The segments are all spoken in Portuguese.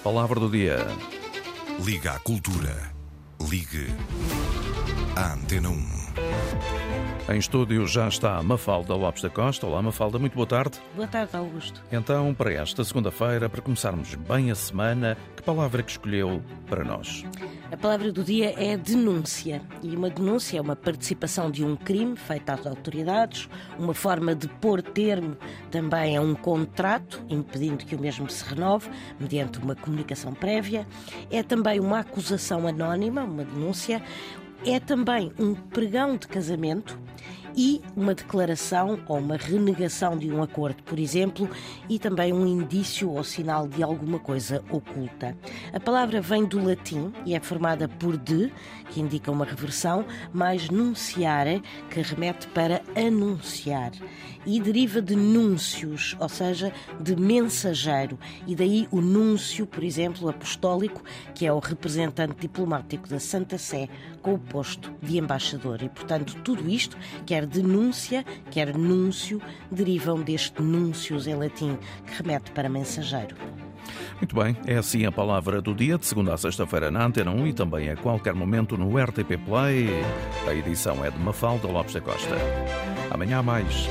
palavra do dia. Liga à cultura. Ligue à Antena 1. Em estúdio já está Mafalda Lopes da Costa. Olá, Mafalda, muito boa tarde. Boa tarde, Augusto. Então, para esta segunda-feira, para começarmos bem a semana, que palavra que escolheu para nós? A palavra do dia é denúncia. E uma denúncia é uma participação de um crime feito às autoridades, uma forma de pôr termo também a um contrato, impedindo que o mesmo se renove, mediante uma comunicação prévia. É também uma acusação anónima, uma denúncia. É também um pregão de casamento e uma declaração ou uma renegação de um acordo, por exemplo, e também um indício ou sinal de alguma coisa oculta. A palavra vem do latim e é formada por de, que indica uma reversão, mais nunciare, que remete para anunciar. E deriva de núncios, ou seja, de mensageiro. E daí o núncio, por exemplo, apostólico, que é o representante diplomático da Santa Sé, com o posto de embaixador. E, portanto, tudo isto, quer denúncia, quer núncio, derivam deste núncios em latim, que remete para mensageiro. Muito bem, é assim a palavra do dia, de segunda a sexta-feira na Antena 1 e também a qualquer momento no RTP Play. A edição é de Mafalda Lopes da Costa. Amanhã há mais.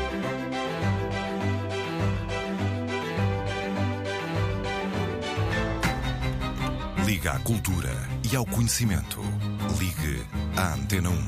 Liga à cultura e ao conhecimento. Ligue à Antena 1.